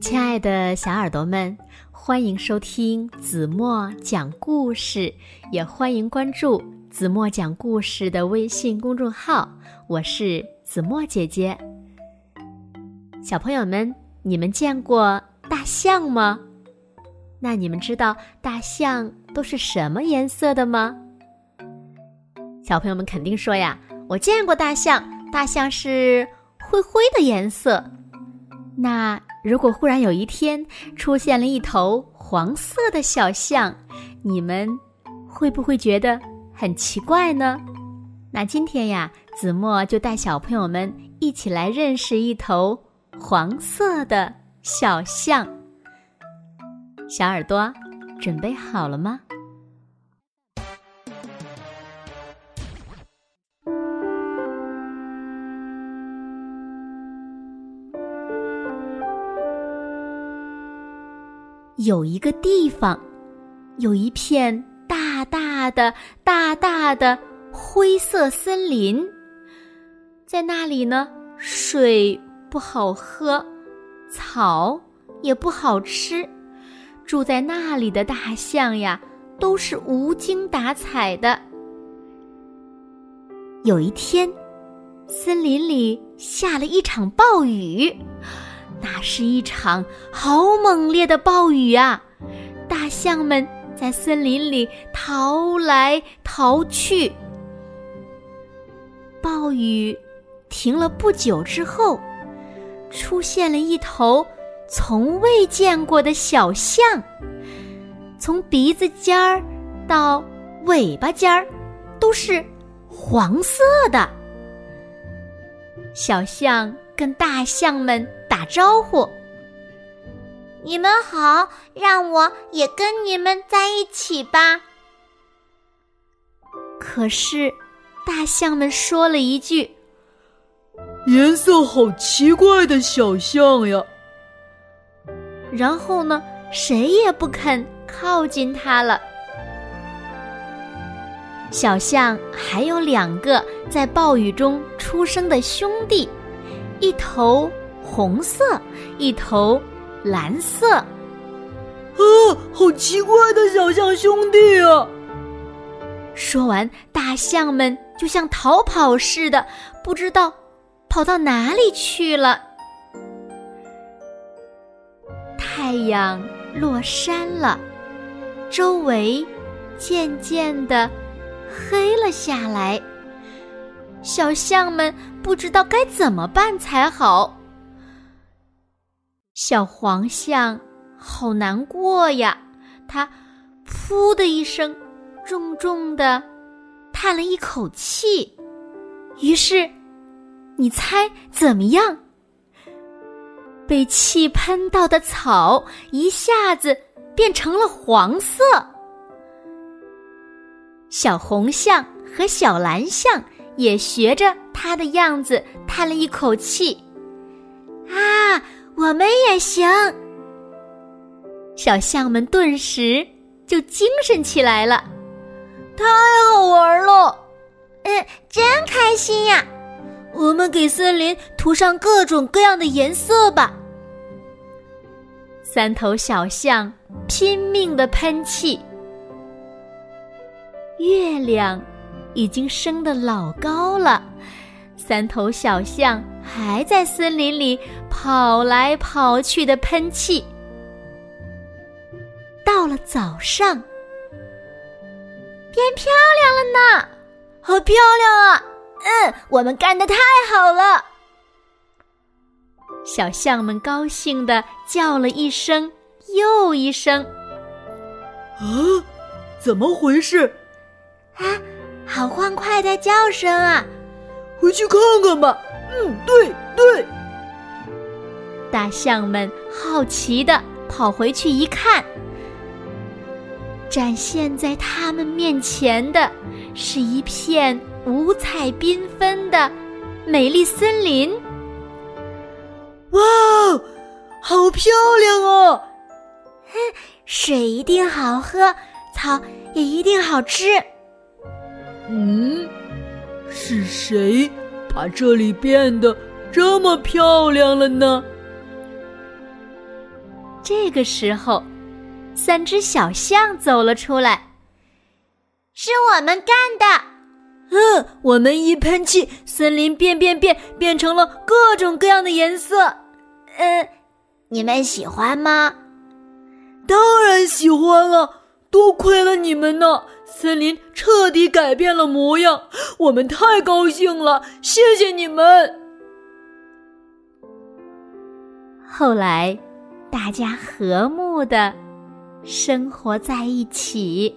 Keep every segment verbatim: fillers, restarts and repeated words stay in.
亲爱的小耳朵们，欢迎收听子墨讲故事，也欢迎关注子墨讲故事的微信公众号，我是子墨姐姐。小朋友们，你们见过大象吗？那你们知道大象都是什么颜色的吗？小朋友们肯定说呀，我见过大象，大象是灰灰的颜色。那如果忽然有一天出现了一头黄色的小象，你们会不会觉得很奇怪呢？那今天呀，子墨就带小朋友们一起来认识一头黄色的小象。小耳朵准备好了吗？有一个地方，有一片大大的大大的灰色森林，在那里呢，水不好喝，草也不好吃，住在那里的大象呀，都是无精打采的。有一天，森林里下了一场暴雨，那是一场好猛烈的暴雨啊！大象们在森林里逃来逃去。暴雨停了不久之后，出现了一头从未见过的小象，从鼻子尖儿到尾巴尖儿都是黄色的。小象跟大象们打招呼： 你们好，让我也跟你们在一起吧。 可是大象们说了一句： 颜色好奇怪的小象呀。 然后呢，谁也不肯靠近它了。小象还有两个在暴雨中出生的兄弟，一头红色，一头蓝色。 啊，好奇怪的小象兄弟啊！ 说完，大象们就像逃跑似的，不知道跑到哪里去了。太阳落山了，周围渐渐地黑了下来，小象们不知道该怎么办才好。小黄象好难过呀，它噗的一声重重地叹了一口气。于是你猜怎么样？被气喷到的草一下子变成了黄色。小红象和小蓝象也学着它的样子叹了一口气。 啊，我们也行！ 小象们顿时就精神起来了。 太好玩了！ 嗯，真开心呀！ 我们给森林涂上各种各样的颜色吧。 三头小象拼命地喷气。月亮已经升得老高了，三头小象还在森林里跑来跑去的喷气。到了早上， 变漂亮了呢！ 好漂亮啊！ 嗯，我们干得太好了！ 小象们高兴地叫了一声又一声。 啊，怎么回事？ 啊，好欢快的叫声啊！ 回去看看吧。嗯，对对。 大象们好奇地跑回去一看，展现在他们面前的是一片五彩缤纷的美丽森林。 哇，好漂亮哦！ 水一定好喝，草也一定好吃。 嗯，是谁把这里变得这么漂亮了呢？ 这个时候，三只小象走了出来。 是我们干的。 嗯，我们一喷气，森林变变变，变成了各种各样的颜色。 嗯，你们喜欢吗？ 当然喜欢了，多亏了你们呢，森林彻底改变了模样，我们太高兴了，谢谢你们。 后来，大家和睦地生活在一起。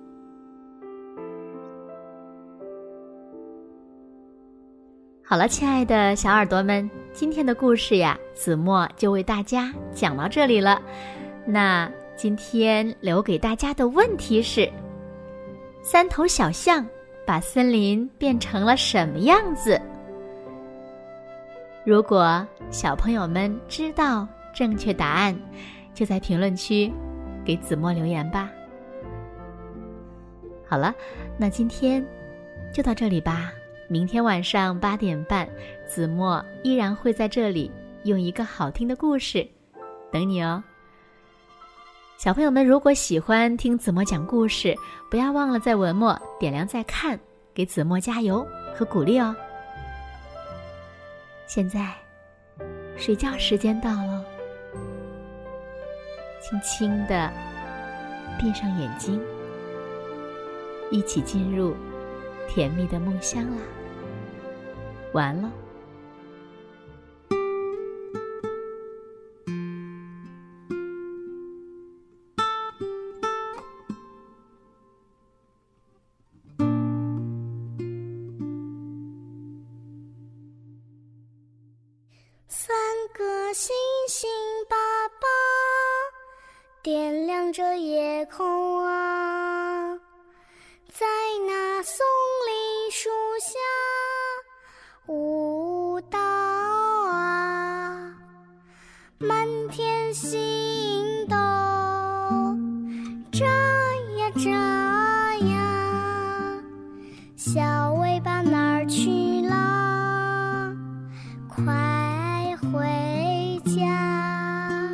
好了，亲爱的小耳朵们，今天的故事呀，子墨就为大家讲到这里了。那今天留给大家的问题是：三头小象把森林变成了什么样子？如果小朋友们知道正确答案，就在评论区给子墨留言吧。好了，那今天就到这里吧。明天晚上八点半，子墨依然会在这里用一个好听的故事等你哦。小朋友们，如果喜欢听子墨讲故事，不要忘了在文末点亮再看，给子墨加油和鼓励哦。现在睡觉时间到了，轻轻地闭上眼睛，一起进入甜蜜的梦乡啦。完了。 三个星星爸爸点亮着夜空啊，在那松林树下舞蹈啊，满天星斗眨呀眨呀，小尾巴哪儿去了？快回家。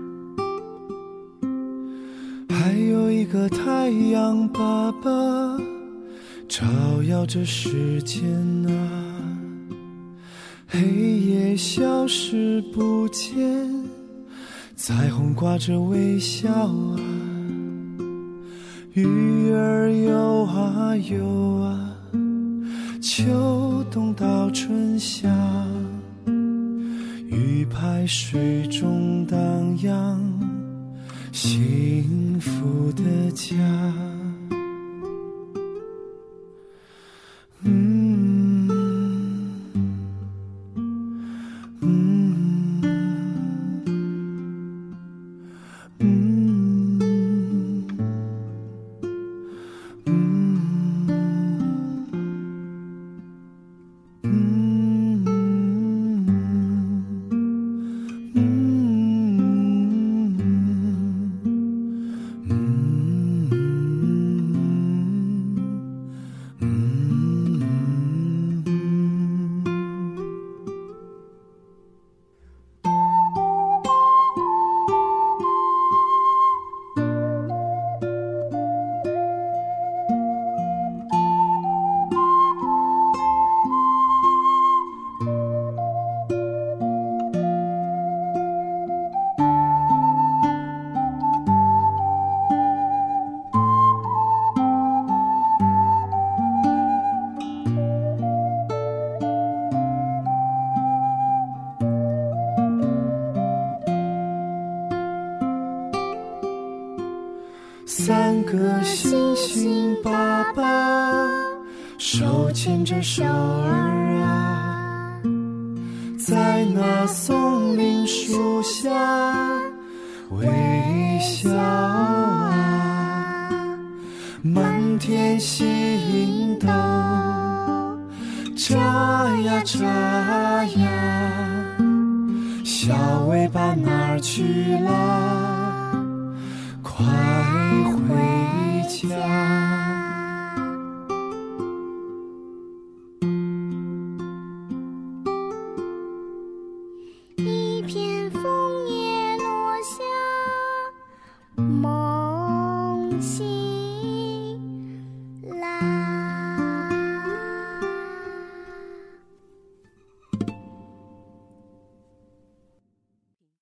还有一个太阳爸爸照耀着世间啊，黑夜消失不见，彩虹挂着微笑啊，鱼儿游啊游啊，秋冬到春夏，鱼排水中荡漾，幸福的家。嗯嗯嗯三个星星爸爸手牵着手儿啊，在那松林树下微笑啊，满天星斗眨呀眨呀，小尾巴哪儿去了？快回家。